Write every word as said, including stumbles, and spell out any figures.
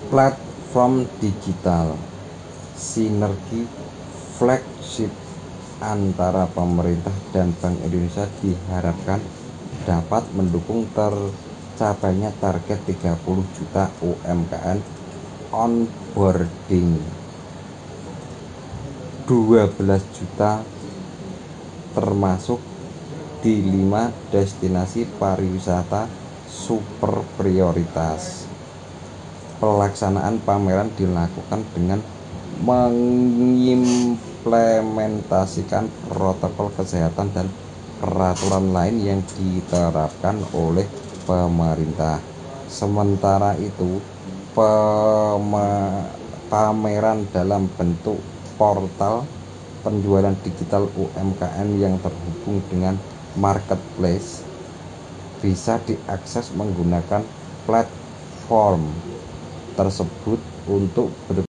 Platform digital sinergi flagship antara pemerintah dan Bank Indonesia diharapkan dapat mendukung tercapainya target tiga puluh juta U M K M onboarding, dua belas juta termasuk di lima destinasi pariwisata super prioritas. Pelaksanaan pameran dilakukan dengan mengimplementasikan protokol kesehatan dan peraturan lain yang diterapkan oleh pemerintah. Sementara itu, pameran dalam bentuk portal penjualan digital U M K M yang terhubung dengan marketplace bisa diakses menggunakan platform tersebut untuk ber